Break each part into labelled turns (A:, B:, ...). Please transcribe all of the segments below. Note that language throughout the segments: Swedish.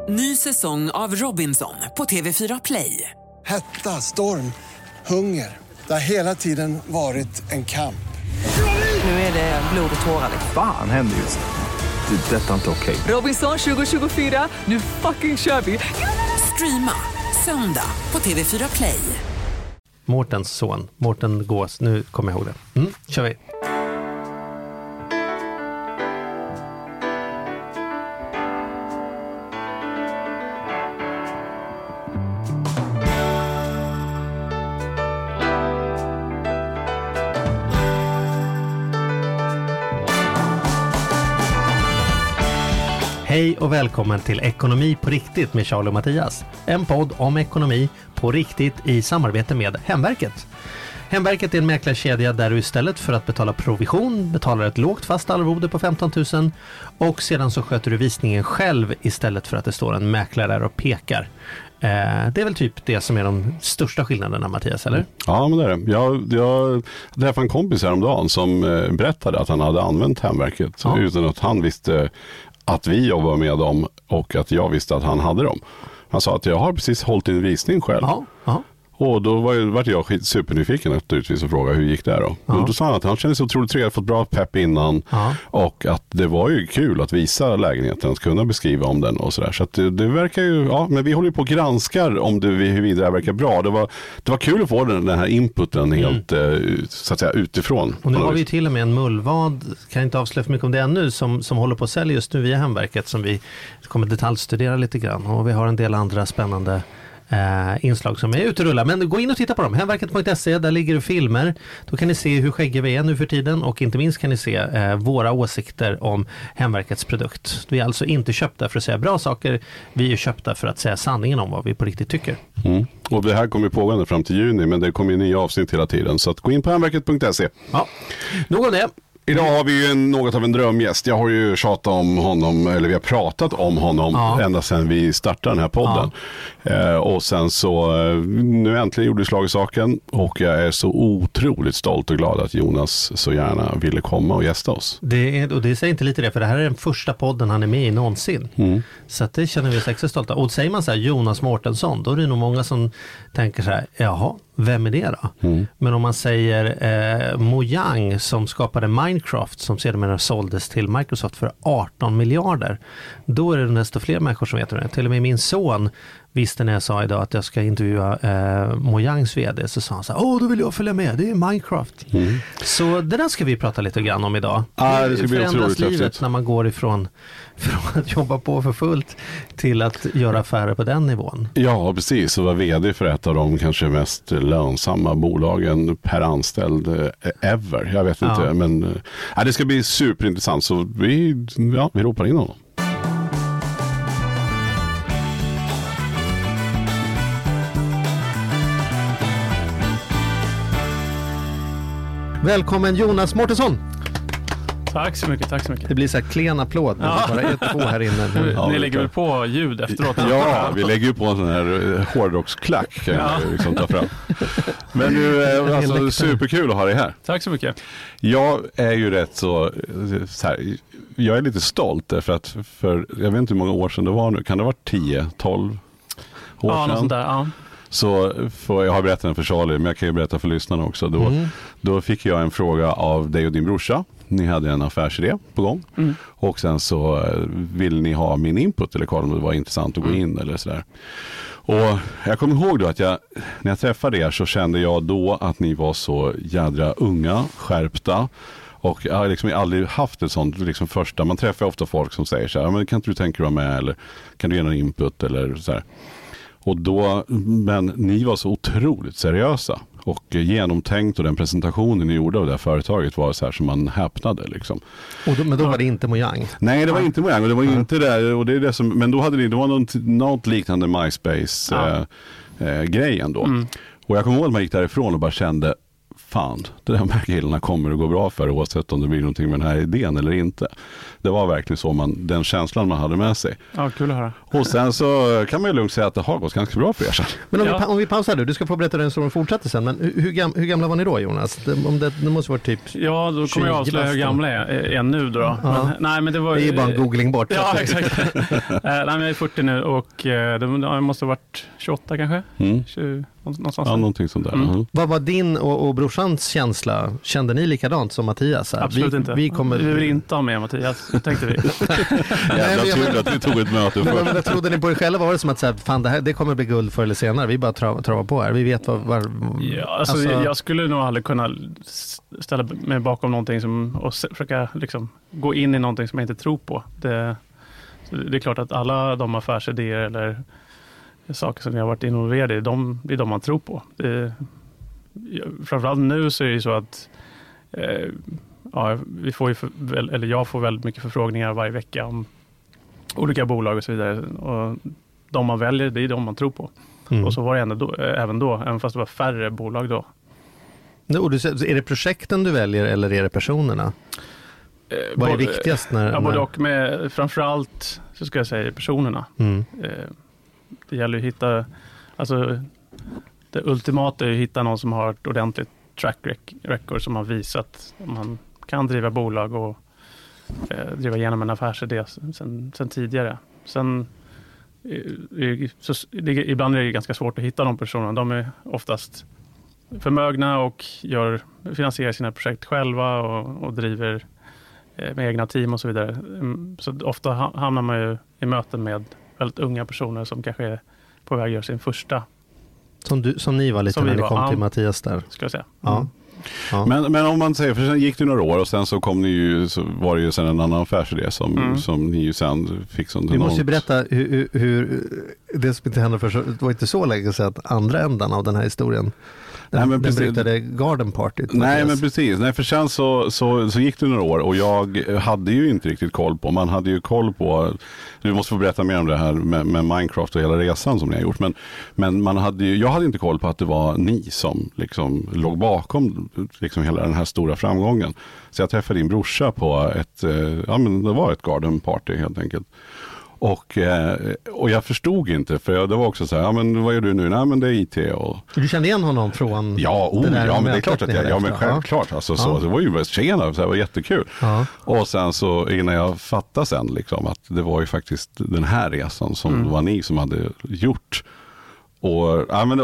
A: Ny säsong av Robinson på TV4 Play.
B: Hetta, storm, hunger. Det har hela tiden varit en kamp.
A: Nu är det blod och tårar.
C: Fan händer just nu. Det. Detta är inte okej.
A: Robinson 2024, nu fucking kör vi. Streama söndag på TV4 Play.
D: Mårtens son, Mårten Gås, nu kommer jag ihåg det. Kör vi. Hej och välkommen till Ekonomi på riktigt med Charlie och Mattias. En podd om ekonomi på riktigt i samarbete med Hemverket. Hemverket är en mäklarkedja där du istället för att betala provision betalar ett lågt fast arvode på 15 000 och sedan så sköter du visningen själv istället för att det står en mäklare där och pekar. Det är väl typ det som är de största skillnaderna, Mattias, eller?
E: Ja, men det är det. Jag träffade en kompis häromdagen som berättade att han hade använt Hemverket utan att han visste att vi jobbar med dem och att jag visste att han hade dem. Han sa att jag har precis hållit en visning själv.
D: Ja.
E: Och då var jag supernyfiken naturligtvis och frågade hur gick det då. Och då sa han att han kände sig otroligt trevlig, fått bra pepp innan och att det var ju kul att visa lägenheten, att kunna beskriva om den och sådär. Så att det verkar ju, men vi håller ju på och granskar om huruvida det verkar bra. Det var kul att få den här inputen helt så att säga utifrån.
D: Och nu har vi till och med en mullvad, kan inte avslöja för mycket om det ännu, som håller på att sälja just nu via Hemverket som vi kommer detaljstudera lite grann. Och vi har en del andra spännande inslag som är ute och rullar. Men gå in och titta på dem. Hemverket.se, där ligger det filmer. Då kan ni se hur skäggiga vi är nu för tiden och inte minst kan ni se våra åsikter om Hemverkets produkt. Vi är alltså inte köpta för att säga bra saker. Vi är köpta för att säga sanningen om vad vi på riktigt tycker.
E: Och det här kommer pågående fram till juni, men det kommer ju nya avsnitt hela tiden. Så att gå in på hemverket.se.
D: Ja, nog om det.
E: Idag har vi ju något av en drömgäst. Jag har ju tjatat om honom, eller vi har pratat om honom ända sedan vi startade den här podden. Och sen så, nu äntligen gjorde vi slag i saken och jag är så otroligt stolt och glad att Jonas så gärna ville komma och gästa oss.
D: Det säger inte lite det, för det här är den första podden han är med i någonsin. Så att det känner vi oss extra stolta. Och säger man så här Jonas Mårtensson, då är det nog många som tänker så här, jaha, vem är det då? Men om man säger Mojang som skapade Minecraft som sedermera såldes till Microsoft för 18 miljarder, då är det nästan fler människor som vet det. Till och med min son visste när jag sa idag att jag ska intervjua Mojangs vd, så sa han så här, då vill jag följa med, det är Minecraft. Så det där ska vi prata lite grann om idag.
E: Det ska bli
D: förändras livet
E: häftigt
D: när man går ifrån att jobba på för fullt till att göra affärer på den nivån.
E: Ja, precis. Och vara vd för ett av de kanske mest lönsamma bolagen per anställd ever. Jag vet inte, men det ska bli superintressant. Så vi ropar in honom.
D: Välkommen Jonas Mårtensson.
C: Tack så mycket.
D: Det blir så här klen applåd när det bara är två här inne.
C: Ni lägger väl på ljud efteråt?
E: Ja, vi lägger ju på en sån här hårdrocksklack kan jag liksom ta fram. Men nu är det superkul att ha dig här.
C: Tack så mycket.
E: Jag är ju rätt så här, jag är lite stolt därför att för jag vet inte hur många år sedan det var nu. Kan det vara 10-12 år sedan?
C: Något sånt där,
E: Så jag har berättat den för Charlie, men jag kan ju berätta för lyssnarna också. Då fick jag en fråga av dig och din brorsa. Ni hade en affärsidé på gång. Och sen så vill ni ha min input eller kolla om det var intressant att gå in eller sådär. Och jag kommer ihåg då att när jag träffade er så kände jag då att ni var så jädra unga, skärpta. Och jag har liksom aldrig haft ett sånt liksom första. Man träffar ofta folk som säger så här, men kan inte du tänka dig med eller kan du ge någon input eller så här. Och då, men ni var så otroligt seriösa och genomtänkt och den presentationen ni gjorde av det här företaget var så här som man häpnade liksom.
D: Men då var det inte Mojang?
E: Nej, det var inte Mojang och det var inte där och det är det som, men då hade det var något liknande MySpace grejen då. Och jag kommer ihåg att man gick därifrån och bara kände fan, det där med killarna kommer att gå bra för oavsett om det blir någonting med den här idén eller inte. Det var verkligen så den känslan man hade med sig.
C: Ja, kul att höra.
E: Och sen så kan man ju lugnt säga att det har gått ganska bra för er sen.
D: Men om vi pausar nu, du ska få berätta den som fortsätter sen, men hur gamla var ni då, Jonas? Det måste vara typ...
C: Ja, då kommer jag avslöja hur gamla jag är nu då.
D: Ja.
C: Men det var...
D: Det är bara en googling bort.
C: Ja, exakt. Nej, men jag är 40 nu och det måste ha varit 28 kanske. 20, någonstans.
E: Ja, någonting sånt där.
D: Vad var din och brorsans känsla? Kände ni likadant som Mattias?
C: Absolut inte. Vi vill inte ha med Mattias, tänkte vi.
E: Jävla tur att vi tog ett möte först.
D: Men trodde ni på er själva? Var det som att säga, fan, det kommer bli guld förr eller senare? Vi bara travar på här. Vi vet vad
C: ja, alltså, jag skulle nog aldrig kunna ställa mig bakom någonting och försöka liksom gå in i någonting som jag inte tror på. Det är klart att alla de affärsidéer eller saker som jag har varit involverade i, det är de man tror på. Framförallt nu så är det ju så att jag får väldigt mycket förfrågningar varje vecka om olika bolag och så vidare. Och de man väljer, det är de man tror på. Och så var det även då, även fast det var färre bolag då.
D: Är det projekten du väljer eller är det personerna? Vad är viktigast?
C: Både och, med framförallt så ska jag säga personerna. Det gäller att hitta, alltså det ultimata är att hitta någon som har ett ordentligt track record som har visat att man kan driva bolag och driva igenom en affärsidé sen tidigare. Sen ibland är det ganska svårt att hitta de personerna. De är oftast förmögna och finansierar sina projekt själva och driver med egna team och så vidare. Så ofta hamnar man ju i möten med väldigt unga personer som kanske är på väg att göra sin första. Som ni var lite när ni kom till Mattias där. Ska jag säga.
D: Ja. Ja.
E: Men om man säger, för sen gick det några år och sen så kom ni ju, så var det ju sen en annan affärsidé som ni ju sen fick som
D: Vi måste ju berätta hur det som inte hände det var inte så länge sedan att andra ändan av den här historien. Den beryktade Garden Party.
E: Nej, men precis. Nej, för sen så gick det några år och jag hade ju inte riktigt koll på. Man hade ju koll på, du måste få berätta mer om det här med Minecraft och hela resan som ni har gjort. Men jag hade inte koll på att det var ni som liksom låg bakom liksom hela den här stora framgången. Så jag träffade din brorsa på det var ett Garden Party helt enkelt. Och jag förstod inte, för det var också så här, men vad gör du nu? Nej, men det är IT och...
D: Du kände igen honom från...
E: men det är klart att men självklart. Alltså, så, det var ju tjena, så det var jättekul. Ja. Och sen så, innan jag fattade sen liksom, att det var ju faktiskt den här resan som var ni som hade gjort. Och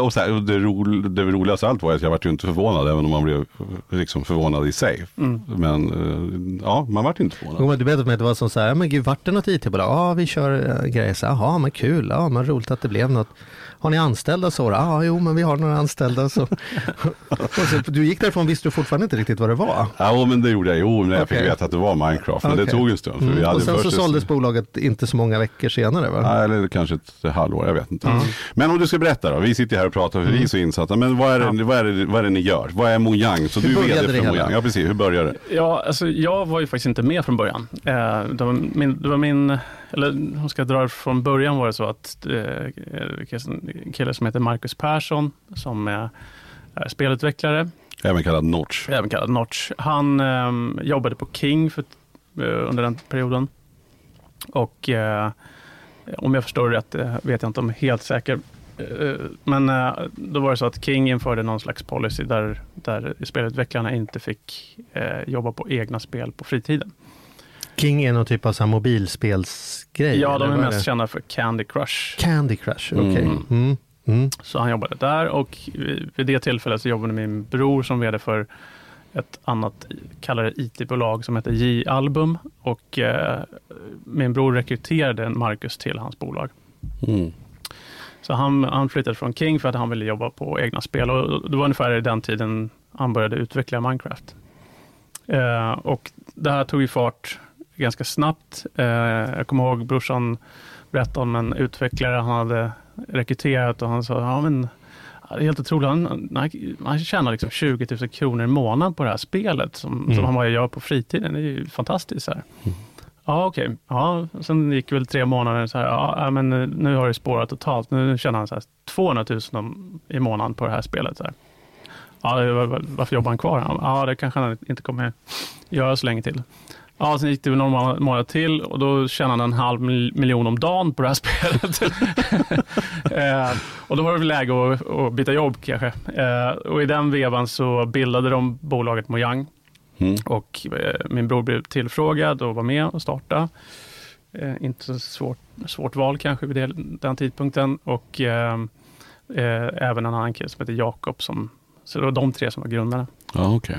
E: det roligaste allt var att jag var ju inte förvånad, även om man blev liksom förvånad i sig. Men man var inte förvånad.
D: Du berättade mig att det var som så här, men gud, vart det något IT-bolag? Ja, vi kör grejer. Så, jaha, men kul. Ja, men roligt att det blev något. Har ni anställda så? Ja, jo, men vi har några anställda. Så. Och så, du gick därifrån, visste du fortfarande inte riktigt vad det var?
E: Ja, men det gjorde jag. Jo, när jag fick veta att det var Minecraft. Men det tog en stund. För vi hade
D: och sen så såldes bolaget inte så många veckor senare, va?
E: Ja, eller kanske ett halvår, jag vet inte. Men om du ska berätta då. Vi sitter här och pratar för vi är så insatta. Men vad är det ni gör? Vad är Mojang? Så du är vd för Mojang. Ja, precis. Hur började det?
C: Ja, alltså jag var ju faktiskt inte med från början. Det var min eller hon ska dra från början, var det så att en kille som heter Marcus Persson som är spelutvecklare.
E: Även kallad Notch. Han jobbade på King under den perioden. Och om jag förstår det rätt, vet jag inte om jag är helt säker. Men då var det så att King införde någon slags policy där spelutvecklarna inte fick jobba på egna spel på fritiden.
D: King är någon typ av så här mobilspelsgrej?
C: Ja, de är mest kända för Candy Crush.
D: Candy Crush, okej.
C: Så han jobbade där, och vid det tillfället så jobbade min bror som vd för ett annat kallade IT-bolag som heter J-Album, och min bror rekryterade Marcus till hans bolag. Så han flyttade från King för att han ville jobba på egna spel, och det var ungefär i den tiden han började utveckla Minecraft. Och det här tog ju fart ganska snabbt. Jag kommer ihåg brorsan berättade om en utvecklare han hade rekryterat, och han sa, det är helt otroligt, han tjänar liksom 20 000 kronor i månaden på det här spelet som han bara gör på fritiden. Det är ju fantastiskt så här. Ja, okej. Ja, sen gick väl 3 månader så här, men nu har det spårat totalt. Nu tjänar han så här 200 000 i månaden på det här spelet så här. varför jobbar han kvar? Ja, det kanske han inte kommer göra så länge till. Ja, sen gick det några månader till och då tjänade han 500 000 om dagen på det här spelet. Och då var det väl läge att byta jobb kanske. Och i den vevan så bildade de bolaget Mojang. Och min bror blev tillfrågad och var med och starta. Inte så svårt val kanske vid den tidpunkten. Och även en annan kille som heter Jakob. Så det var de 3 som var grundarna.
E: Ja, okej.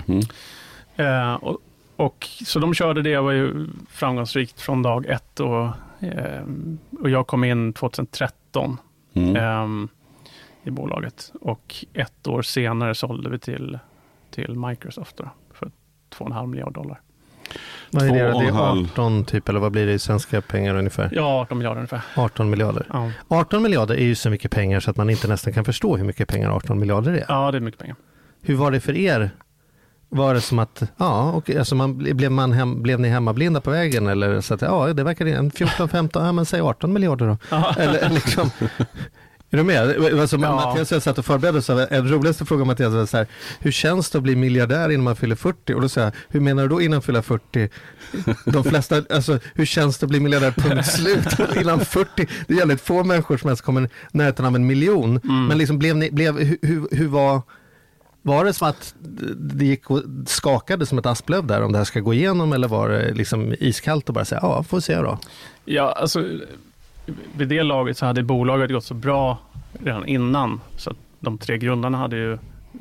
C: Och så de körde det, var ju framgångsrikt från dag 1 och jag kom in 2013 i bolaget. Och 1 år senare sålde vi till Microsoft då, för $2,5 miljarder.
D: Vad är det? Det är 18 typ, eller vad blir det i svenska pengar ungefär?
C: Ja, 18 miljarder ungefär.
D: 18 miljarder.
C: Ja.
D: 18 miljarder är ju så mycket pengar så att man inte nästan kan förstå hur mycket pengar 18 miljarder är.
C: Ja, det är mycket pengar.
D: Hur var det för er? Var det som att, alltså blev ni hemmablinda på vägen? Eller så att, det verkar en 14-15, men säg 18 miljarder då. Eller liksom, är du med? Alltså, Mattias jag satt och förberedde sig. En roligaste fråga Mattias var så här, hur känns det att bli miljardär innan man fyller 40? Och då säger jag, hur menar du då innan fylla 40? De flesta, alltså hur känns det att bli miljardär punkt slut innan 40? Det gäller ett få människor som ens kommer närheten av 1 miljon. Men liksom hur var det som att det gick och skakade som ett asplöv där om det här ska gå igenom, eller var det liksom iskallt och bara säga, får se då? Ja,
C: alltså vid det laget så hade bolaget gått så bra redan innan så att de 3 grundarna hade ju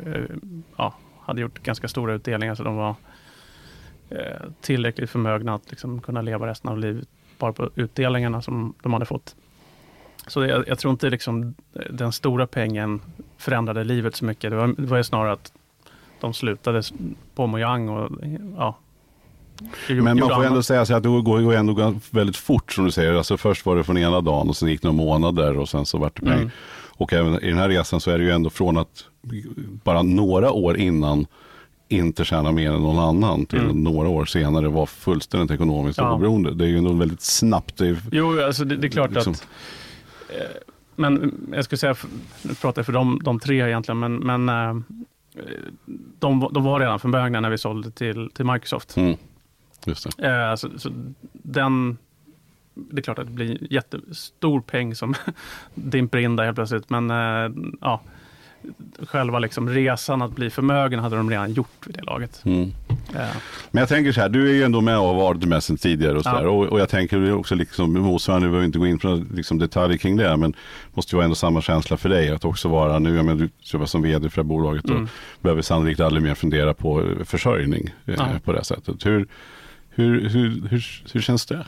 C: hade gjort ganska stora utdelningar så de var tillräckligt förmögna att liksom kunna leva resten av livet bara på utdelningarna som de hade fått. Så jag tror inte liksom den stora pengen förändrade livet så mycket. Det var ju snarare att de slutade på Mojang och
E: men man får ändå säga så att det går ju ändå väldigt fort som du säger. Alltså först var det från ena dagen och sen gick det några månader och sen så var det pengar. Och även i den här resan så är det ju ändå från att bara några år innan inte tjäna mer än någon annan till några år senare var fullständigt ekonomiskt oberoende. Det är ju ändå väldigt snabbt.
C: Jo, alltså det är klart liksom, att men jag skulle säga, nu pratar jag för de 3 egentligen, men de var redan förmögna när vi sålde till Microsoft.
E: Just det.
C: Så det är klart att det blir jättestor peng som dimper in där helt plötsligt, men själva liksom resan att bli förmögen hade de redan gjort vid det laget.
E: Men jag tänker så här, du är ju ändå med och har varit med sen tidigare och så där. Och jag tänker också liksom motsvarande, vi behöver inte gå in på liksom detaljer kring det, men måste ju vara ändå samma känsla för dig att också vara nu, jag menar, du jobbar som vd för det här bolaget och behöver sannolikt aldrig mer fundera på försörjning på det sättet. Hur känns det?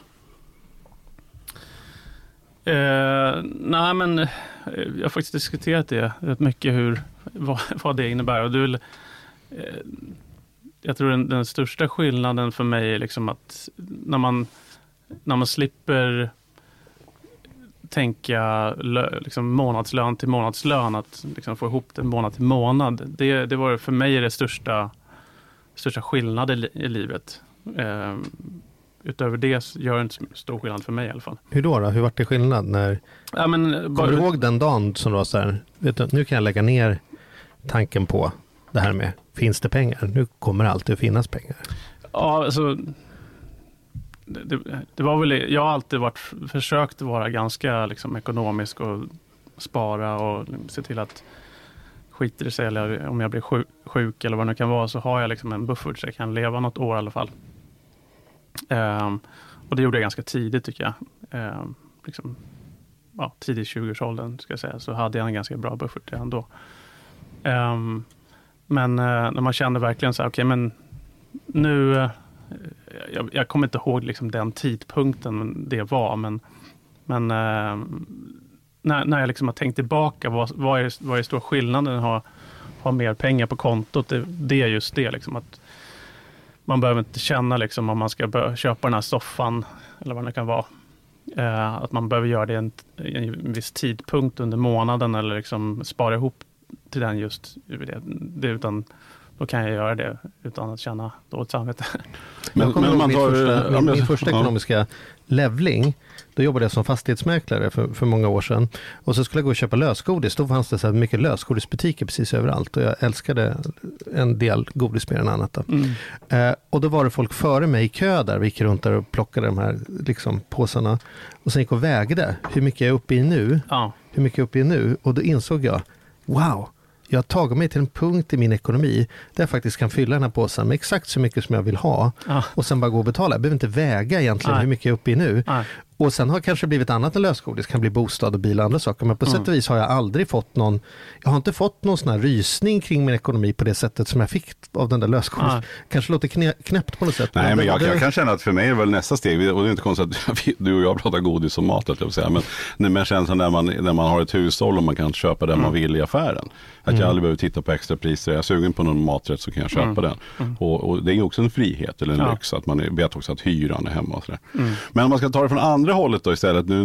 C: Nej, men jag har faktiskt diskuterat det rätt mycket, vad det innebär. Och jag tror den största skillnaden för mig är liksom att när man slipper tänka liksom månadslön till månadslön, att liksom få ihop det månad till månad. Det var för mig det största skillnaden i livet. Utöver det gör det inte så stor skillnad för mig i alla fall.
D: Hur då? Hur var det skillnad? Kommer du ihåg den dagen som du var så här, vet du, nu kan jag lägga ner tanken på det här med, finns det pengar? Nu kommer det alltid att finnas pengar. Ja, alltså det var väl, jag har alltid försökt vara ganska liksom ekonomisk och spara och se till att skiter det sig, eller om jag blir sjuk eller vad det kan vara, så har jag liksom en buffert så jag kan leva något år i alla fall. Och det gjorde jag ganska tidigt tycker jag. Liksom, tidigt 20-årsåldern ska jag säga, så hade jag en ganska bra buffert redan då. Men när man kände verkligen så här, okej, men nu jag kommer inte ihåg liksom den tidpunkten det var, men när jag liksom har tänkt tillbaka, vad är stor skillnaden att ha mer pengar på kontot, det är just det liksom, att man behöver inte känna liksom om man ska köpa den här soffan eller vad det kan vara. Att man behöver göra det i en viss tidpunkt under månaden eller liksom spara ihop till den just det, utan
C: då kan jag göra det utan att känna dåligt samvete.
D: Jag kommer ihåg min första ekonomiska levling. Då jobbade jag som fastighetsmäklare för många år sedan. Och så skulle jag gå och köpa lösgodis. Då fanns det så här mycket lösgodisbutiker precis överallt. Och jag älskade en del godis mer än annat. Då. Och då var det folk före mig i kö där. Vi gick runt där och plockade de här liksom, påsarna. Och sen gick och vägde. Hur mycket jag är uppe i nu? Ja. Hur mycket jag är uppe i nu? Och då insåg jag, wow! Jag har tagit mig till en punkt i min ekonomi där jag faktiskt kan fylla den här påsen med exakt så mycket som jag vill ha. Och sen bara gå och betala. Jag behöver inte väga egentligen hur mycket jag är uppe i nu. Och sen har kanske blivit annat än lösgodis. Kan bli bostad och bil och andra saker. Men på sätt och vis har jag aldrig fått någon... Jag har inte fått någon sån här rysning kring min ekonomi på det sättet som jag fick av den där lösgodis. Kanske låter knäppt på något sätt.
E: Nej, men jag kan känna att för mig är väl nästa steg, och det är inte konstigt att du och jag pratar godis och mat, jag vill säga. Men känslan när man har ett hushåll och man kan köpa det man vill i affären. Att jag aldrig behöver titta på extra priser. Jag är sugen på någon maträtt så kan jag köpa den. Och det är också en frihet eller en lyx att man vet också att hyran är hemma och sådär. Men om man ska ta det från andra hållet då istället, nu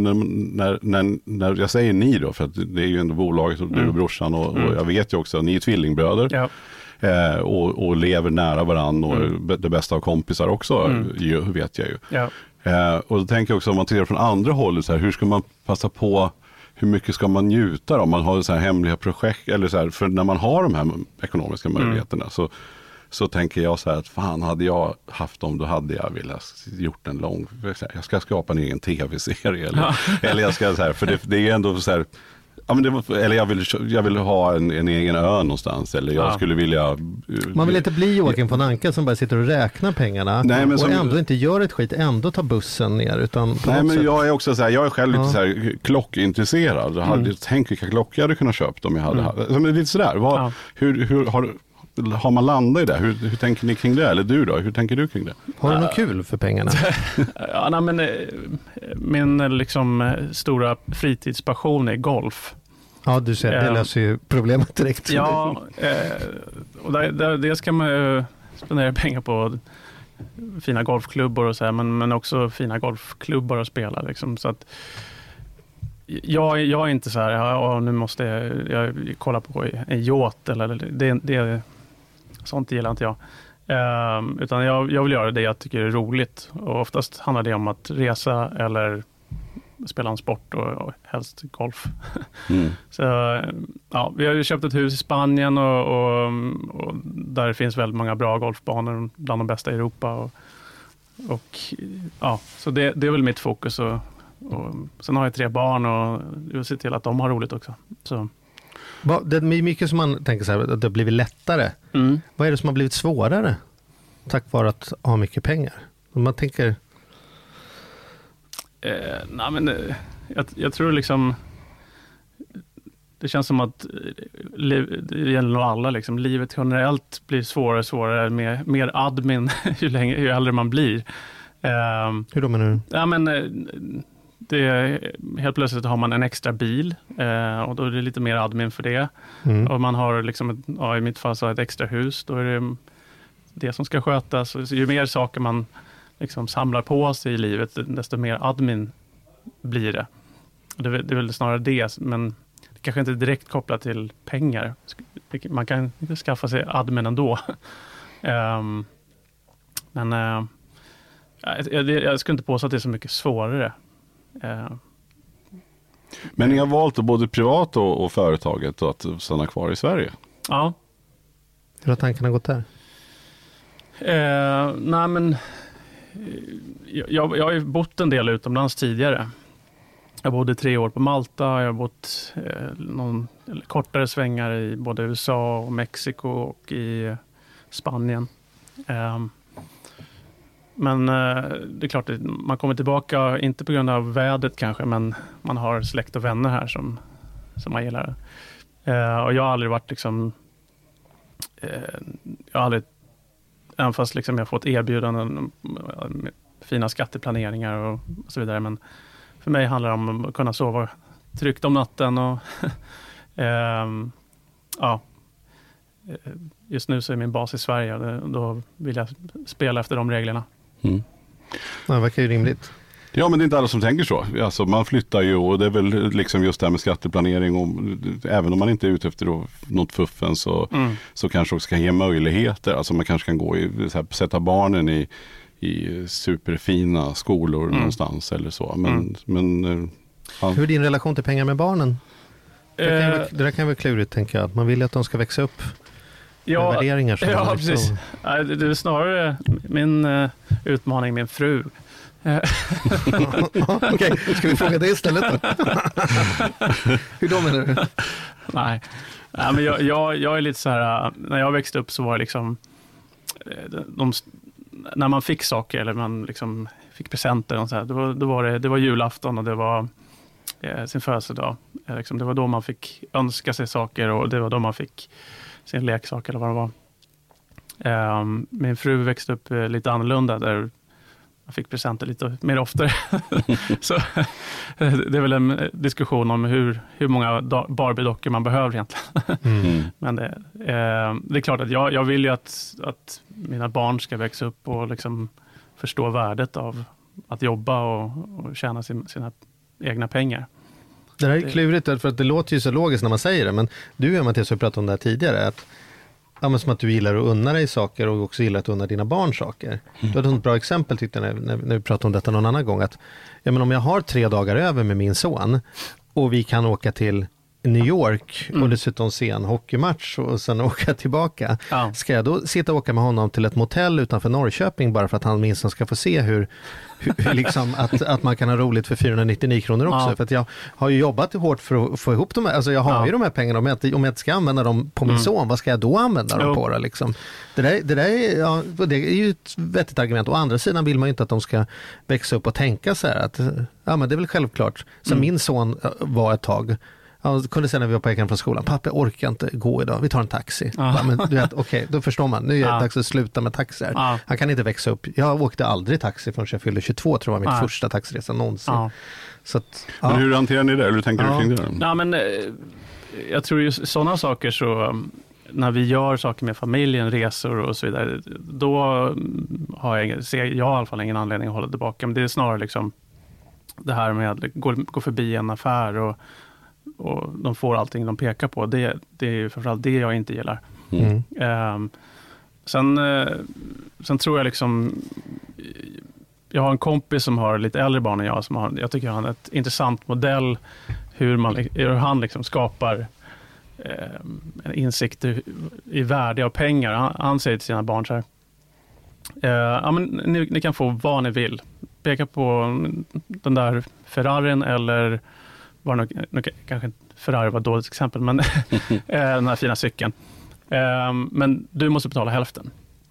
E: när jag säger ni då, för att det är ju ändå bolaget och du och brorsan och jag vet ju också att ni är tvillingbröder. Och lever nära varann och det bästa av kompisar också, vet jag ju. Och då tänker jag också, om man tittar från andra hållet, så här, hur ska man passa på, hur mycket ska man njuta om man har så här hemliga projekt, eller så här, för när man har de här ekonomiska möjligheterna så tänker jag så här att fan, hade jag haft dem, då hade jag velat gjort en lång, jag ska skapa en egen tv-serie eller jag ska så här, för det är ändå så här. Ja, men eller jag vill ha en egen ö någonstans, eller jag skulle vilja...
D: Man vill inte bli Joakim von Anka som bara sitter och räknar pengarna. Nej, men och ändå inte gör ett skit, ändå tar bussen ner. Utan nej, men jag är också så här, jag är själv lite så här klockintresserad. Jag hade tänkt vilka klockor jag hade kunnat köpa om jag hade. Men lite sådär, hur har man landat i det? Hur tänker ni kring det? Eller du då? Hur tänker du kring det? Har du något kul för pengarna?
C: Min liksom stora fritidspassion är golf.
D: Ja, du ser, det löser ju problemet direkt.
C: Ja, och det ska man ju spendera pengar på fina golfklubbor och så här, men också fina golfklubbar att spela liksom, så att jag är inte så här, nu måste jag kolla på en yacht eller det sånt gillar inte jag. Utan jag vill göra det jag tycker är roligt, och oftast handlar det om att resa eller spela en sport och helst golf. Så ja, vi har ju köpt ett hus i Spanien och där finns väldigt många bra golfbanor, bland de bästa i Europa, och ja, så det är väl mitt fokus, och sen har jag 3 barn och jag ser till att de har roligt också. Så.
D: Det är mycket som man tänker så här, att det har blivit lättare. Vad är det som har blivit svårare tack vare att ha mycket pengar? Om man tänker...
C: Nej, men jag tror liksom det känns som att det gäller nog alla liksom, livet generellt blir svårare och svårare med mer admin ju äldre man blir.
D: Hur då menar du?
C: Ja, men helt plötsligt har man en extra bil och då är det lite mer admin för det. Och man har liksom i mitt fall så ett extra hus, då är det som ska skötas. Så ju mer saker man liksom samlar på sig i livet, desto mer admin blir det. Och det är väl snarare det, men det kanske inte är direkt kopplat till pengar. Man kan inte skaffa sig admin ändå. Men jag skulle inte påstå att det är så mycket svårare.
E: Men ni har valt både privat och företaget att stanna kvar i Sverige?
C: Ja.
D: Hur har tankarna gått där?
C: Nej, men jag har ju bott en del utomlands tidigare. Jag bodde 3 år på Malta. Jag har bott kortare svängar i både USA och Mexiko och i Spanien. Men det är klart, man kommer tillbaka, inte på grund av vädret kanske, men man har släkt och vänner här som man gillar. Och jag har aldrig varit liksom... jag har aldrig, även fast liksom jag har fått erbjudanden med fina skatteplaneringar och så vidare, men för mig handlar det om att kunna sova tryggt om natten och ja, just nu så är min bas i Sverige och då vill jag spela efter de reglerna.
D: Ja, det verkar ju rimligt.
E: Ja, men det är inte alla som tänker så. Alltså, man flyttar ju och det är väl liksom just det här med skatteplanering och även om man inte är ute efter något fuffen så kanske också kan ge möjligheter. Alltså man kanske kan gå sätta barnen i superfina skolor någonstans eller så. Men
D: hur är din relation till pengar med barnen? Det där kan vara klurigt, tänker jag. Man vill ju att de ska växa upp med värderingar.
C: Ja, precis. Det är snarare min utmaning, min fru.
D: Okej, ska vi fråga dig istället då? Hur då menar du?
C: Nej, men jag är lite så här, när jag växte upp så var det liksom när man fick saker eller man liksom fick presenter och så här, det var julafton och det var sin födelsedag. Liksom, det var då man fick önska sig saker och det var då man fick sin leksak eller vad det var. Min fru växte upp lite annorlunda där jag fick presenter lite mer ofta. Så det är väl en diskussion om hur många Barbie-dockor man behöver egentligen. Men det är klart att jag vill ju att mina barn ska växa upp och liksom förstå värdet av att jobba och tjäna sina egna pengar.
D: Det här är klurigt för att det låter ju så logiskt när man säger det, men du och Mattias har pratat om det här tidigare, att som att du gillar att unna dig saker och också gillar att unna dina barn saker. Du hade ett bra exempel tyckte jag när vi pratade om detta någon annan gång, att om jag har 3 dagar över med min son och vi kan åka till New York och dessutom se en hockeymatch och sen åka tillbaka. Ja. Ska jag då sitta och åka med honom till ett motell utanför Norrköping bara för att han minst ska få se hur liksom att man kan ha roligt för 499 kronor också? Ja. För att jag har ju jobbat hårt för att få ihop de här, alltså jag har ju de här pengarna, om jag inte ska använda dem på min son, vad ska jag då använda dem på? Liksom? Det är ju ett vettigt argument. Å andra sidan vill man ju inte att de ska växa upp och tänka så här att men det är väl självklart. Så min son var ett tag. Jag kunde säga när vi var på vägen från skolan, pappa jag orkar inte gå idag, vi tar en taxi. Men du vet, okej, då förstår man, nu är det dags att sluta med taxier. Han kan inte växa upp, jag åkte aldrig taxi förrän jag fyllde 22, tror jag var mitt första taxiresa någonsin. Så att,
E: men hur hanterar ni det? Hur tänker du kring det?
C: Ja, men jag tror ju sådana saker så när vi gör saker med familjen, resor och så vidare, då ser jag i alla fall ingen anledning att hålla tillbaka. Men det är snarare liksom det här med att gå förbi en affär och de får allting de pekar på. Det är ju framförallt det jag inte gillar. Sen tror jag liksom, jag har en kompis som har lite äldre barn än jag, jag tycker han har ett intressant modell hur han liksom skapar en insikt i värde av pengar. Han säger till sina barn så här, men ni kan få vad ni vill. Peka på den där Ferrarin eller kanske Ferrari var ett dåligt exempel, men den här fina cykeln. Men du måste betala hälften.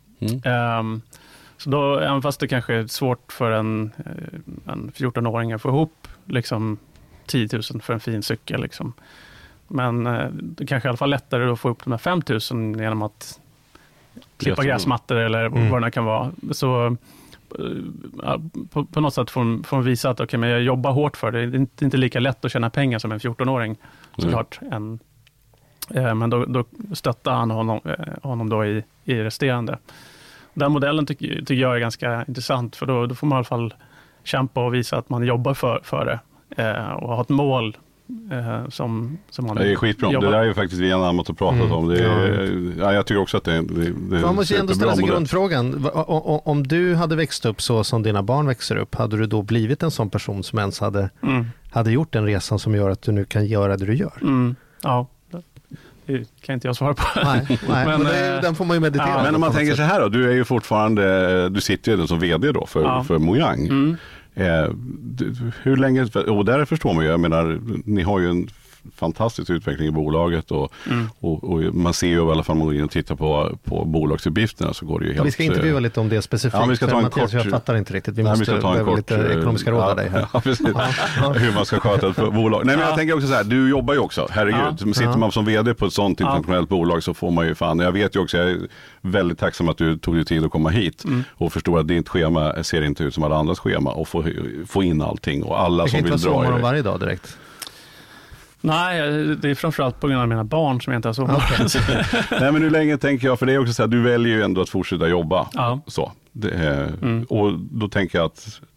C: Så då, även fast det kanske är svårt för en 14-åring att få ihop liksom 10 000 för en fin cykel. Liksom. Men det kanske i alla fall lättare att få upp de här 5 000 genom att klippa gräsmattor eller vad det kan vara. Så på något sätt får man visa att men jag jobbar hårt för det. Det är inte lika lätt att tjäna pengar som en 14-åring såklart. Men då stöttar han honom då i resterande. Den modellen tycker jag är ganska intressant, för då får man i alla fall kämpa och visa att man jobbar för det och ha ett mål som man
E: det är skitbra.
C: jobbar.
E: Det där är ju faktiskt vi annat att prata om. Jag tycker också att det är
D: man måste ju ändå ställa sig grundfrågan. Om du hade växt upp så som dina barn växer upp, hade du då blivit en sån person som ens hade gjort den resan som gör att du nu kan göra det du gör?
C: Ja, det kan inte jag svara på.
D: Nej, men den får man ju meditera.
E: Men om man tänker så här då, du är ju fortfarande, du sitter ju som vd då för Mojang. Hur länge, och där förstår man ju, jag menar, ni har ju en fantastisk utveckling i bolaget och man ser ju i alla fall om man går in och tittar på bolagsuppgifterna så går det ju helt...
D: Vi ska intervjua lite om det specifikt.
E: Ja, vi ska ta en
D: Mattias, jag fattar inte riktigt. Vi måste ta en kort lite ekonomiska råd av dig här.
E: Ja, precis. Hur man ska sköta ett bolag. Nej, men jag tänker också så här, du jobbar ju också, herregud. Sitter man som vd på ett sånt internationellt bolag så får man ju fan, jag vet ju också, jag är väldigt tacksam att du tog dig tid att komma hit och förstår att ditt schema ser inte ut som alla andras schema och få in allting och alla som vill dra i det.
D: Jag kan inte vara varje dag direkt.
C: Nej, det är framförallt på grund av mina barn som jag inte har så.
E: Nej, men hur länge tänker jag, för det är också så här, du väljer ju ändå att fortsätta jobba. Så. Och då tänker jag att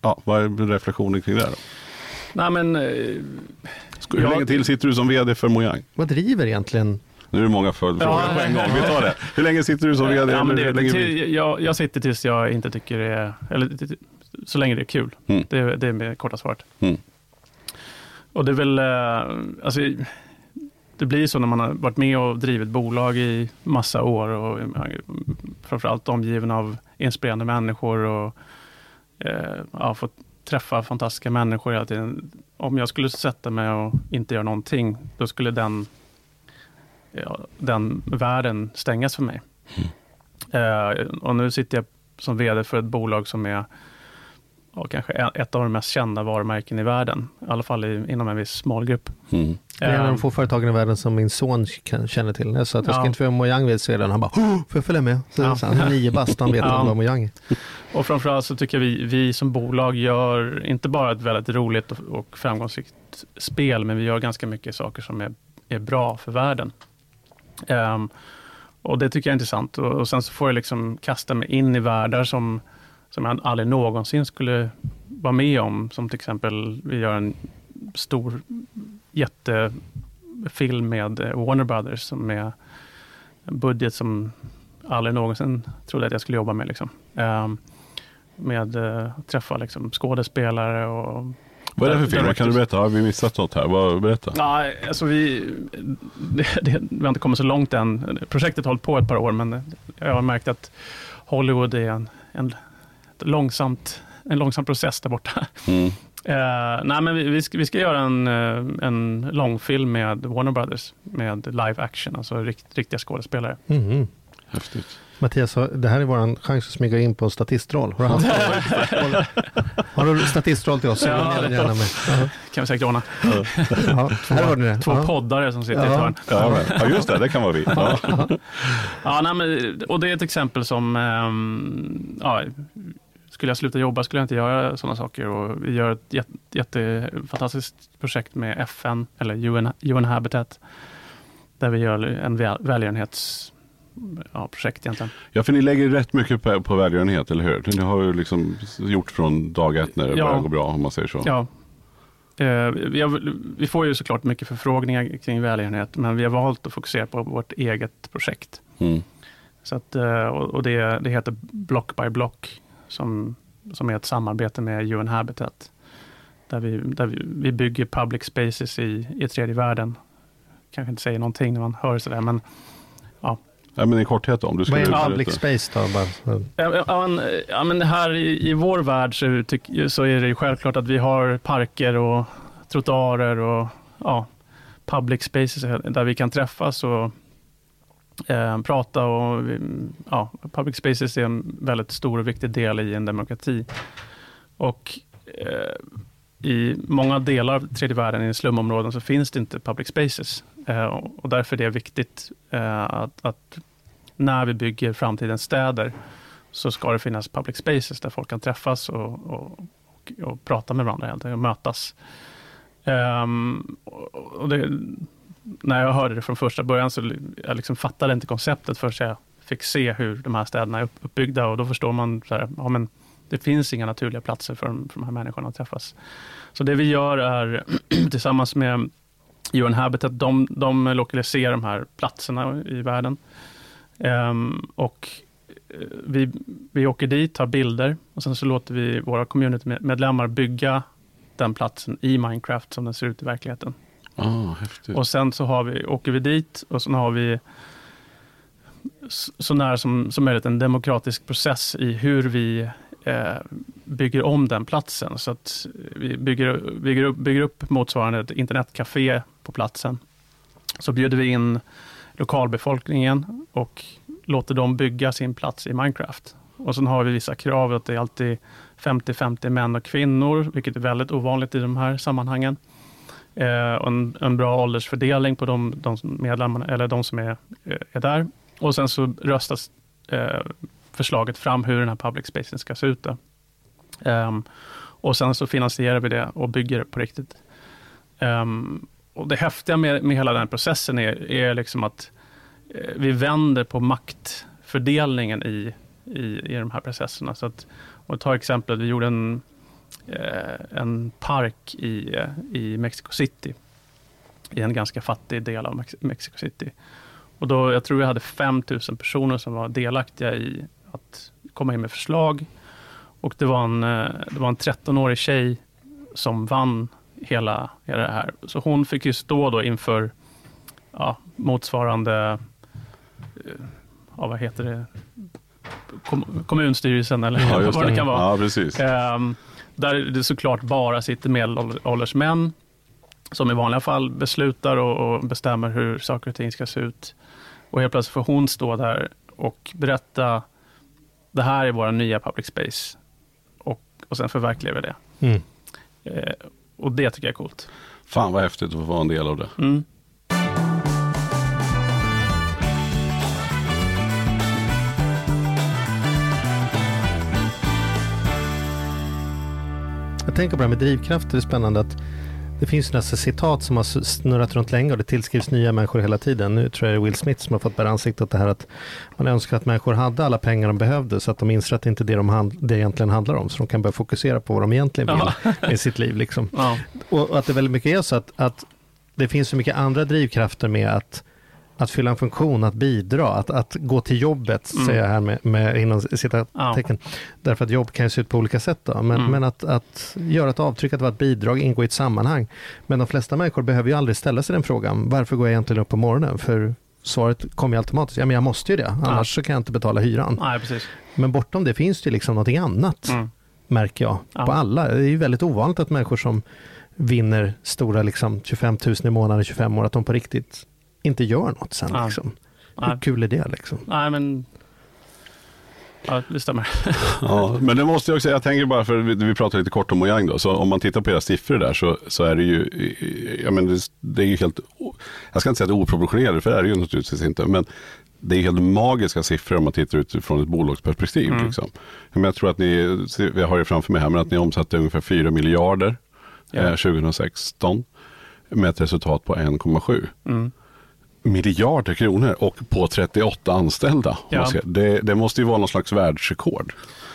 E: vad är reflektionen kring det då?
C: Nej, men...
E: Hur länge till sitter du som vd för Mojang?
D: Vad driver egentligen?
E: Nu är det många följdfrågor på en gång. Vi tar det. Hur länge sitter du som vd?
C: Ja, men jag sitter tills jag inte tycker det är... Eller så länge det är kul. Det är med korta svaret. Och det är väl... Alltså, det blir så när man har varit med och drivit bolag i massa år och framförallt omgiven av inspirerande människor och fått träffa fantastiska människor hela tiden. Om jag skulle sätta mig och inte göra någonting, då skulle den världen stängas för mig. Och nu sitter jag som vd för ett bolag som är kanske ett av de mest kända varumärken i världen. I alla fall inom en viss målgrupp.
D: Det är en av de få företagen i världen som min son känner till. Så att jag ska inte få Mojang vid sedan. Han bara, får jag följa med? Så han är 9 bast, han vet vad Mojang är.
C: Och framförallt så tycker vi som bolag gör inte bara ett väldigt roligt och framgångsrikt spel, men vi gör ganska mycket saker som är bra för världen. Och det tycker jag är intressant. Och sen så får jag liksom kasta mig in i världar som jag aldrig någonsin skulle vara med om. Som till exempel, vi gör en stor jättefilm med Warner Brothers som är en budget som aldrig någonsin trodde att jag skulle jobba med. Liksom. Med träffa liksom, skådespelare och...
E: Vad är det för film? Kan du berätta? Har vi missat något här? Berätta.
C: Ja, alltså vi har inte kommit så långt än. Projektet har hållit på ett par år, men jag har märkt att Hollywood är en långsam process där borta. Nej, men vi ska göra en långfilm med Warner Brothers med live action, alltså riktiga skådespelare.
E: Häftigt.
D: Mattias, det här är våran chans att smyga in på en statistroll. Har du statistroll till oss?
C: Kan vi säkert ordna.
D: Här har ni det.
C: 2 poddare som sitter i ett hörn.
E: Ja, just det kan vara vi.
C: Och det är ett exempel som skulle jag sluta jobba skulle jag inte göra sådana saker. Och vi gör ett jättefantastiskt projekt med FN eller UN Habitat där vi gör en välgörenhetsprojekt egentligen. Ja, för
E: ni lägger rätt mycket på välgörenhet, eller hur? Ni har ju liksom gjort från dag 1 när det börjar gå bra, om man säger så. Ja.
C: Vi får ju såklart mycket förfrågningar kring välgörenhet, men vi har valt att fokusera på vårt eget projekt. Så att, och det heter Block by Block som är ett samarbete med UN Habitat där vi bygger public spaces i tredje världen. Kanske inte säger någonting när man hör sådär, men ja.
E: Ja, men i korthet om du ska...
D: Vad är public space då?
C: Ja, men här i vår värld så är det ju självklart att vi har parker och trottoarer och public spaces där vi kan träffas och prata och public spaces är en väldigt stor och viktig del i en demokrati. Och i många delar av tredje världen i slumområden så finns det inte public spaces. Och därför är det viktigt att när vi bygger framtidens städer så ska det finnas public spaces där folk kan träffas och prata med varandra helt enkelt, och mötas. Och när jag hörde det från första början så jag liksom fattade inte konceptet förrän jag fick se hur de här städerna är uppbyggda, och då förstår man så här, men det finns inga naturliga platser för de här människorna att träffas. Så det vi gör är tillsammans med UN Habitat, de lokaliserar de här platserna i världen. Och vi åker dit, tar bilder och sen så låter vi våra community-medlemmar bygga den platsen i Minecraft som den ser ut i verkligheten.
E: Häftigt.
C: Och sen så åker vi dit och sen har vi så nära som möjligt en demokratisk process i hur vi bygger om den platsen. Så att vi bygger upp motsvarande ett internetcafé på platsen. Så bjuder vi in lokalbefolkningen och låter dem bygga sin plats i Minecraft. Och sen har vi vissa krav att det är alltid 50-50 män och kvinnor, vilket är väldigt ovanligt i de här sammanhangen. Och en bra åldersfördelning på de medlemmarna eller de som är där. Och sen så röstas förslaget fram hur den här public spacen ska se ut. Och sen så finansierar vi det och bygger det på riktigt. Och det häftiga med hela den här processen är liksom att vi vänder på maktfördelningen i de här processerna. Så att, och ta exemplet, vi gjorde en park i Mexico City. I en ganska fattig del av Mexico City. Och då, jag tror jag hade 5 000 personer som var delaktiga i att komma in med förslag. Och det var en 13-årig tjej som vann hela det här. Så hon fick ju stå då inför motsvarande vad heter det? Kommunstyrelsen eller vad det kan vara.
E: Ja, precis.
C: Där det såklart bara sitter medelålders män som i vanliga fall beslutar och bestämmer hur saker och ting ska se ut. Och helt plötsligt får hon stå där och berätta, det här är våra nya public space. Och sen förverkligar vi det. Och det tycker jag är coolt.
E: Fan vad häftigt att få vara en del av det.
C: Mm.
D: Jag tänker på det här med drivkrafter, det är spännande att det finns nästan citat som har snurrat runt länge och det tillskrivs nya människor hela tiden. Nu tror jag det är Will Smith som har fått bära ansiktet åt det här att man önskar att människor hade alla pengar de behövde så att de inser att det inte är det egentligen handlar om. Så de kan börja fokusera på vad de egentligen vill i sitt liv. Liksom.
C: Ja.
D: Och att det väldigt mycket är så att det finns så mycket andra drivkrafter med att fylla en funktion, att bidra, att gå till jobbet, säger jag här med inom citattecken. Därför att jobb kan ju se ut på olika sätt då. Men att göra ett avtryck, att vara ett bidrag, ingå i ett sammanhang. Men de flesta människor behöver ju aldrig ställa sig den frågan. Varför går jag egentligen upp på morgonen? För svaret kommer ju automatiskt. Ja, men jag måste ju det. Annars så kan jag inte betala hyran.
C: Nej, precis.
D: Men bortom det finns det ju liksom någonting annat, märker jag. På alla. Det är ju väldigt ovanligt att människor som vinner stora liksom 25 000 i månaden i 25 år, att de på riktigt inte gör något sen liksom. Hur kul är det liksom?
C: Nej, men det stämmer.
E: Ja, men det måste jag också säga, jag tänker bara för vi pratade lite kort om Mojang då, så om man tittar på era siffror där så är det ju, jag menar, det är ju helt, jag ska inte säga att det är oproportionerligt, för det är det ju naturligtvis inte, men det är helt magiska siffror om man tittar utifrån ett bolagsperspektiv. Liksom. Men jag tror att jag har det framför mig här, men att ni omsatte ungefär 4 miljarder 2016 med ett resultat på 1,7 miljarder kronor och på 38 anställda.
C: Ja.
E: Det måste ju vara någon slags världsrekord.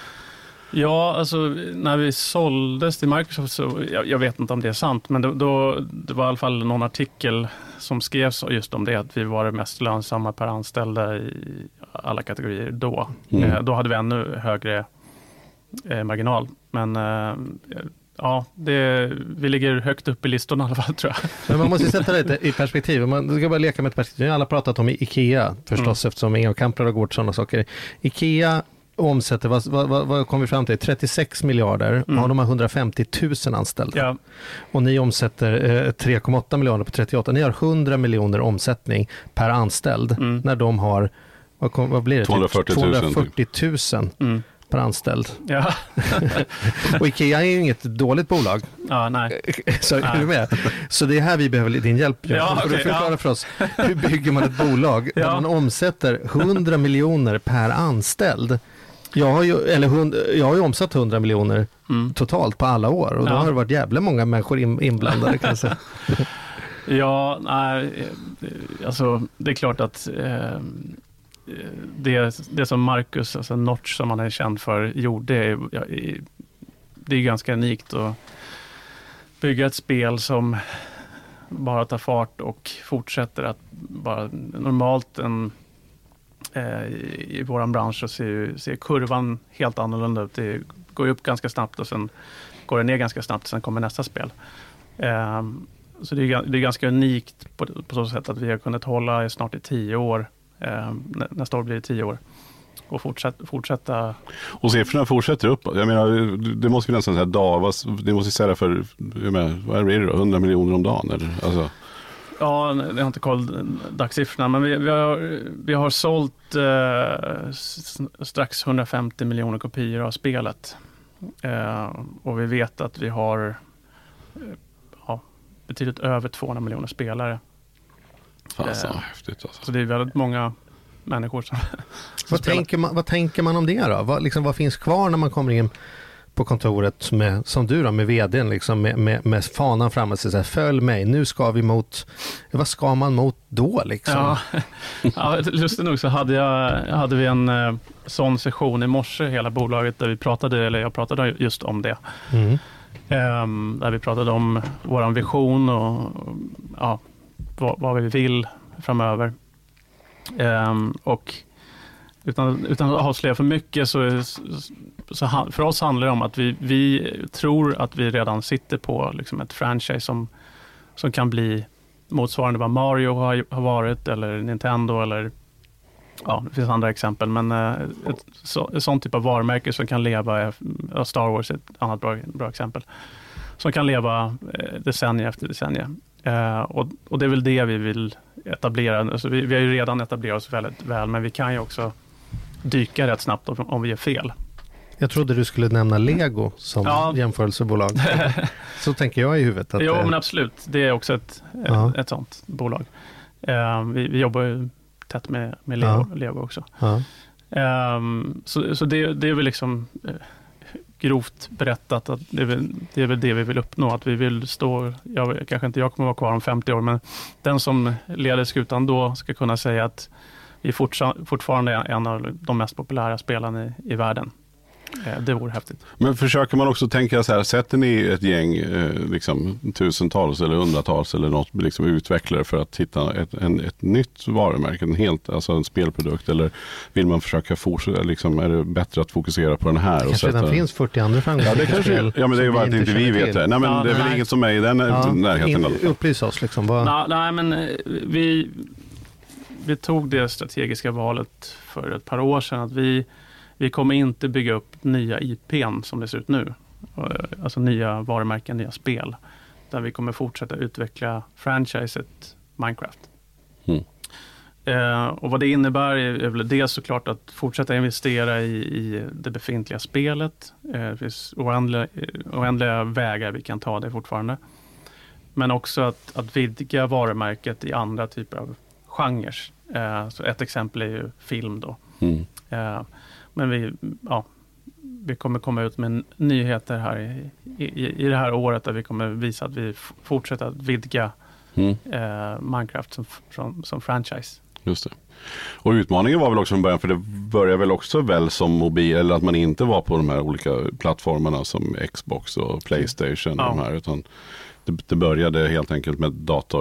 C: Ja, alltså när vi såldes till Microsoft så, jag vet inte om det är sant, men det var i alla fall någon artikel som skrevs just om det, att vi var det mest lönsamma per anställda i alla kategorier då. Då hade vi ännu högre marginal, men ja, vi ligger högt upp i listorna i alla fall, tror jag. Men
D: man måste sätta det i perspektiv. Man ska bara leka med ett perspektiv. Jag har alla pratat om IKEA förstås, eftersom Inga Kamprad har gått sådana saker. IKEA omsätter, vad kom vi fram till? 36 miljarder. Har de 150 000 anställda. Ja. Och ni omsätter 3,8 miljarder på 38. Ni har 100 miljoner omsättning per anställd. När de har, vad blir det? 240 000 per anställd. Ja. Och IKEA är ju inget dåligt bolag.
C: Ja, nej.
D: Så är du med? Så det är här vi behöver din hjälp.
C: Ja,
D: okay, förklara för oss, hur bygger man ett bolag där man omsätter 100 miljoner per anställd? Jag har ju omsatt 100 miljoner totalt på alla år, och då har det varit jävla många människor inblandade kanske.
C: Ja, nej, alltså det är klart att det som Marcus, alltså Notch, som han är känd för, gjorde, det är ganska unikt att bygga ett spel som bara tar fart och fortsätter att bara normalt i våran bransch så ser kurvan helt annorlunda ut. Det går upp ganska snabbt och sen går det ner ganska snabbt och sen kommer nästa spel. Så det är ganska unikt på så sätt att vi har kunnat hålla snart i 10 år. Nästa år blir det 10 år. Och fortsätta. Och
E: siffrorna fortsätter upp. Jag menar, det måste vi nästan säga det måste sälja för, vad är det då? 100 miljoner om dagen? Eller? Alltså.
C: Ja, jag har inte koll dagssiffrorna, men vi har sålt strax 150 miljoner kopior av spelet. Och vi vet att vi har betydligt över 200 miljoner spelare.
E: Häftigt alltså.
C: Så det är väldigt många människor som
D: vad tänker man om det då? Vad finns kvar när man kommer in på kontoret med, som du då, med vdn liksom, med fanan framme och säger följ mig, nu ska vi mot, vad ska man mot då liksom?
C: Ja, lustigt nog så hade vi en sån session i morse, hela bolaget, där jag pratade just om det. Där vi pratade om våran vision och vad vi vill framöver. Och utan att avslöja för mycket så för oss handlar det om att vi tror att vi redan sitter på liksom ett franchise som kan bli motsvarande vad Mario har varit, eller Nintendo, eller det finns andra exempel, men ett sånt typ av varumärke som kan leva, Star Wars är ett annat bra exempel, som kan leva decennier efter decennier. Och det är väl det vi vill etablera. Alltså vi har ju redan etablerat oss väldigt väl, men vi kan ju också dyka rätt snabbt om vi gör fel.
D: Jag trodde du skulle nämna Lego som jämförelsebolag. Så tänker jag i huvudet. Att
C: men absolut. Det är också ett sånt bolag. Vi jobbar ju tätt med Lego också. Så det är väl liksom grovt berättat att det är väl det vi vill uppnå. Att vi vill kanske inte jag kommer vara kvar om 50 år, men den som leder skutan då ska kunna säga att vi fortfarande är en av de mest populära spelarna i världen. Det vore häftigt.
E: Men försöker man också tänka så här, sätter ni ett gäng liksom tusentals eller hundratals eller något liksom utvecklare för att hitta ett nytt varumärke, alltså en spelprodukt, eller vill man försöka fortsätta, liksom, är det bättre att fokusera på den här?
D: Kanske redan finns 40 andra framgångsrika spel.
E: Ja, men det är ju bara att inte vi vet det. Nej, men det är väl inget som är i den närheten.
D: Upplys oss liksom.
C: Nej, men vi tog det strategiska valet för ett par år sedan att vi kommer inte bygga upp nya IP:n som det ser ut nu. Alltså nya varumärken, nya spel. Där vi kommer fortsätta utveckla franchiset Minecraft. Och vad det innebär är väl dels såklart att fortsätta investera i det befintliga spelet. Det finns oändliga vägar vi kan ta det fortfarande. Men också att vidga varumärket i andra typer av genrer. Så ett exempel är ju film då. Men vi kommer komma ut med nyheter här i det här året där vi kommer visa att vi fortsätter att vidga Minecraft som franchise.
E: Just det. Och utmaningen var väl också från början, för det började väl också som mobil, eller att man inte var på de här olika plattformarna som Xbox och PlayStation och de här, utan det började helt enkelt med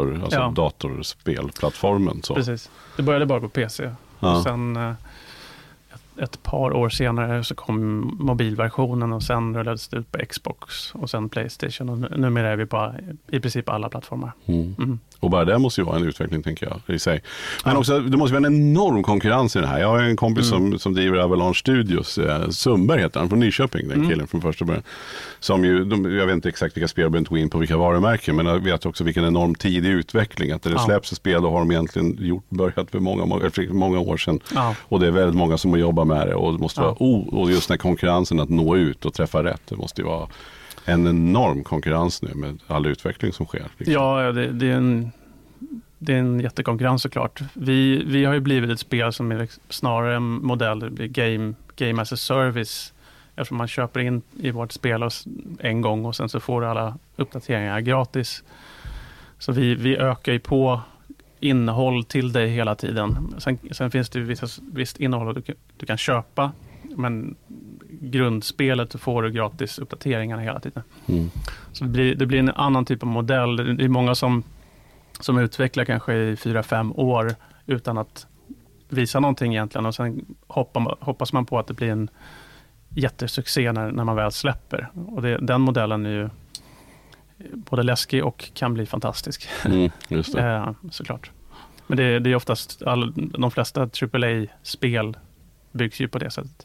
E: datorspelplattformen. Så.
C: Precis. Det började bara på PC. Och sen ett par år senare så kom mobilversionen och sen rullades det ut på Xbox och sen PlayStation, och numera är vi på i princip alla plattformar.
E: Och bara det måste ju vara en utveckling, tänker jag, i sig. Men också, det måste vara en enorm konkurrens i det här. Jag har en kompis som driver Avalanche Studios, Sundberg heter han, från Nyköping, den killen från första början. Som jag vet inte exakt vilka spel, jag behöver inte gå in på vilka varumärken, men jag vet också vilken enorm tidig utveckling. Att det släpps ett spel, då har de egentligen börjat för många år sedan. Och det är väldigt många som jobbar med det, och det måste vara, och just den konkurrensen att nå ut och träffa rätt, det måste ju vara en enorm konkurrens nu med all utveckling som sker. Liksom. Ja,
C: det är en jättekonkurrens såklart. Vi har ju blivit ett spel som är snarare en modell, det blir game as a service, eftersom man köper in i vårt spel en gång och sen så får du alla uppdateringar gratis. Så vi ökar ju på innehåll till dig hela tiden. Sen finns det visst innehåll du kan köpa, men grundspelet får du gratis uppdateringarna hela tiden. Så det blir en annan typ av modell. Det är många som utvecklar kanske i 4-5 år utan att visa någonting egentligen, och sen hoppas man på att det blir en jättesuccé när man väl släpper. Och den modellen är ju både läskig och kan bli fantastisk.
E: Just det.
C: Såklart. Men det är oftast de flesta AAA-spel byggs ju på det sättet.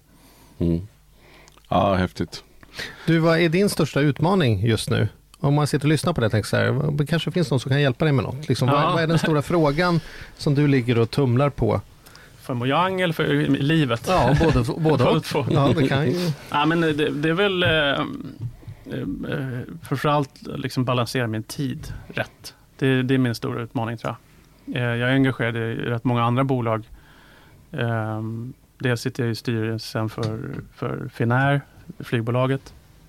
E: Ja, häftigt.
D: Du, vad är din största utmaning just nu? Om man sitter och lyssnar på det, tänker så här, det kanske finns någon som kan hjälpa dig med något. Liksom, vad är den stora frågan som du ligger och tumlar på?
C: För Mojang eller för livet?
D: Ja, både och. Ja, det kan ju.
C: Ja, men det är väl framförallt liksom balansera min tid rätt. Det är min stora utmaning, tror jag. Jag är engagerad i rätt många andra bolag. Dels sitter jag i styrelsen för Finnair, flygbolaget.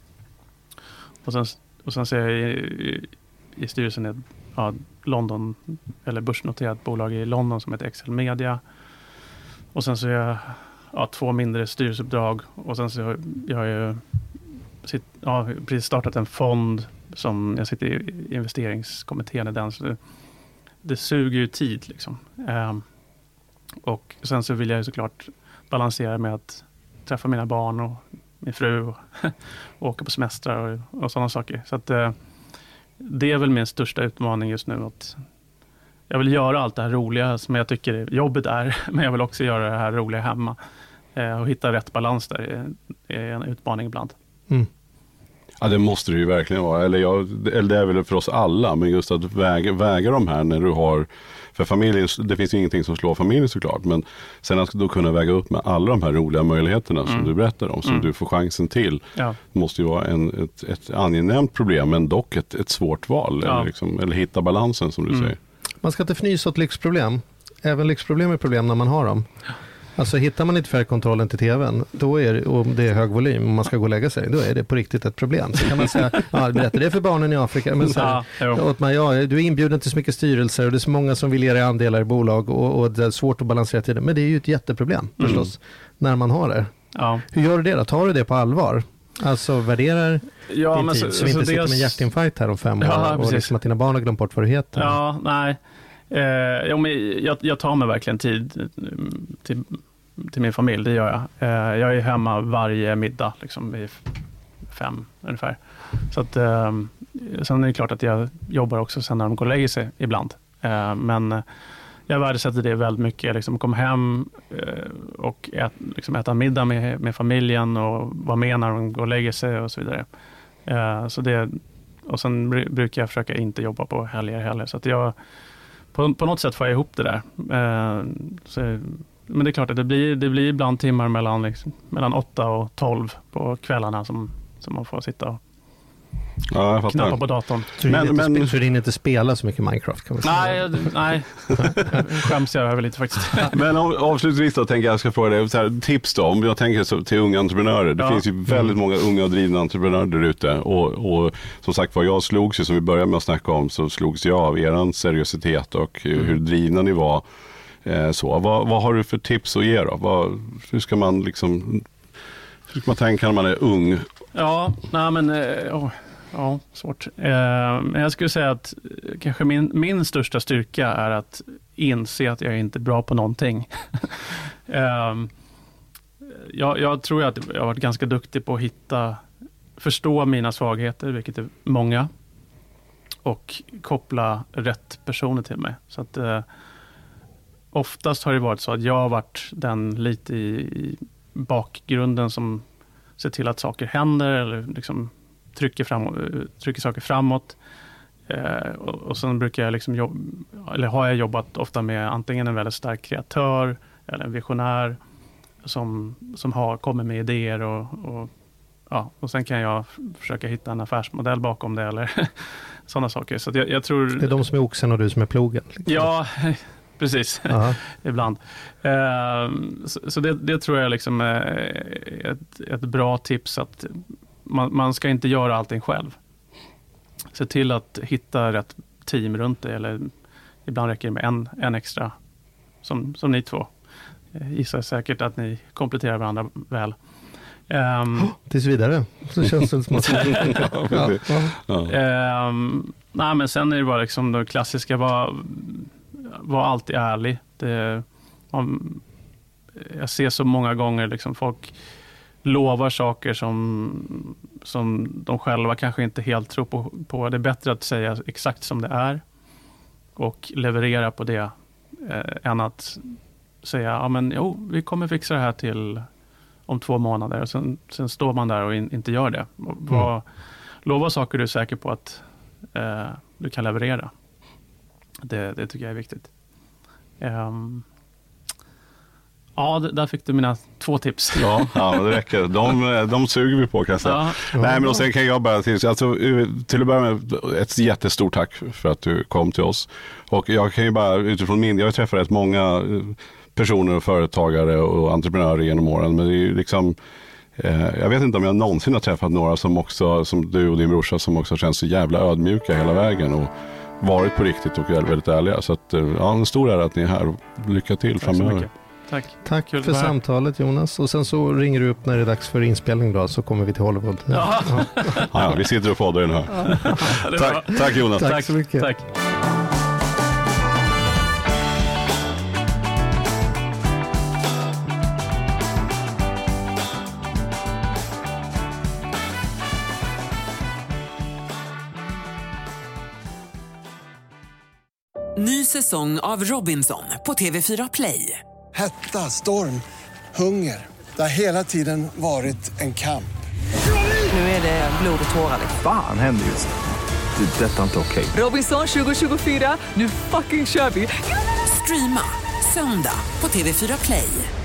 C: Och sen så är jag i styrelsen i ett London, eller börsnoterat bolag i London som heter Excel Media. Och sen så är jag 2 mindre styrelseuppdrag. Och sen så jag har jag precis startat en fond som jag sitter i investeringskommittén i den. Så det suger ju tid liksom. Och sen så vill jag ju såklart balansera med att träffa mina barn och min fru och åka på semestrar och sådana saker. Så att det är väl min största utmaning just nu. Att jag vill göra allt det här roliga som jag tycker jobbet är, men jag vill också göra det här roliga hemma. Och hitta rätt balans där är en utmaning ibland.
E: Mm. Ja, det måste det ju verkligen vara. Eller det är väl för oss alla, men just att väga de här när du har, för familjen, det finns ju ingenting som slår familjen såklart, men sen att då kunna väga upp med alla de här roliga möjligheterna som du berättar om, som du får chansen till, måste ju vara ett angenämt problem, men dock ett svårt val, eller hitta balansen som du säger.
D: Man ska inte fnysa åt lyxproblem. Även lyxproblem är problem när man har dem. Alltså hittar man inte färgkontrollen till tvn, då och det är hög volym och man ska gå och lägga sig, då är det på riktigt ett problem. Så kan man säga, berätta det för barnen i Afrika. Men så här, du är inbjuden till så mycket styrelser och det är så många som vill ge dig andelar i bolag och det är svårt att balansera tiden. Men det är ju ett jätteproblem förstås, när man har det. Ja. Hur gör du det då? Tar du det på allvar? Alltså värderar din tid så vi inte sitter med en hjärtinfarkt här om 5 år och liksom att dina barn har glömt bort vad du heter.
C: Ja, nej. Jag tar mig verkligen tid till min familj, det gör jag. Jag är hemma varje middag liksom vid 5 ungefär. Så att, sen är det klart att jag jobbar också sen när de går och lägger sig ibland. Men jag värdesätter det väldigt mycket. Liksom kom hem och äta middag med familjen och vara med när de går och lägger sig och så vidare. Och sen brukar jag försöka inte jobba på helger heller. Så att jag på något sätt får jag ihop det där. Men det är klart att det blir ibland timmar mellan 8 och 12 på kvällarna som man får sitta och knappa på datorn.
D: Så du inte spela så mycket Minecraft kan man säga?
C: Nej. Skäms jag över lite faktiskt.
E: Men avslutningsvis då tänker jag ska fråga dig så här, tips då, om jag tänker till unga entreprenörer. Det finns ju väldigt många unga och drivna entreprenörer där ute och som sagt var, jag slogs ju, som vi började med att snacka om, så slogs jag av eran seriositet och hur drivna ni var. Så, vad har du för tips att ge då? Hur ska man tänka när man är ung?
C: Svårt. Men jag skulle säga att kanske min största styrka är att inse att jag inte är bra på någonting. Jag tror att jag har varit ganska duktig på att förstå mina svagheter, vilket är många, och koppla rätt personer till mig. Så att oftast har det varit så att jag har varit den lite i bakgrunden som ser till att saker händer eller liksom trycker saker framåt. Och sen brukar jag har jag jobbat ofta med antingen en väldigt stark kreatör eller en visionär som kommer med idéer och sen kan jag försöka hitta en affärsmodell bakom det eller sådana saker. Så jag tror...
D: Det är de som är oxen och du som är plogen. Liksom.
C: Ja, precis. Ibland. Så det tror jag liksom är ett bra tips, att man ska inte göra allting själv. Se till att hitta rätt team runt det, eller ibland räcker det med en extra som ni två. Gissar säkert att ni kompletterar varandra väl.
D: Tills vidare. Så känns det som att...
C: Nej, men sen är det bara liksom det klassiska, var alltid ärlig. Jag ser så många gånger liksom folk lovar saker som de själva kanske inte helt tror på. Det är bättre att säga exakt som det är och leverera på det än att säga vi kommer fixa det här till om 2 månader, och sen står man där och inte gör det. Lova saker du är säker på att du kan leverera. Det tycker jag är viktigt. Där fick du mina 2 tips.
E: Ja, det räcker. De suger vi på, kan jag säga. Nej, men sen kan jag bara till att börja med ett jättestort tack för att du kom till oss. Och jag kan ju bara utifrån jag har träffat rätt många personer och företagare och entreprenörer genom åren, men det är ju liksom Jag vet inte om jag någonsin har träffat några som också, som du och din brorsa, som också känns så jävla ödmjuka hela vägen och varit på riktigt och väldigt ärliga. Så att, ja, en stor ära att ni är här och lycka till framöver.
D: Tack för samtalet, Jonas. Och sen så ringer du upp när det är dags för inspelning då, så kommer vi till Hollywood.
E: Ja, vi sitter och poddar den här. Tack Jonas.
D: Tack så mycket.
C: Tack.
A: Ny säsong av Robinson på TV4 Play.
B: Hetta, storm, hunger. Det har hela tiden varit en kamp.
A: Nu är det blod och tårar.
F: Fan händer just det. Detta är inte okej.
A: Robinson 2024, nu fucking kör vi. Streama söndag på TV4 Play.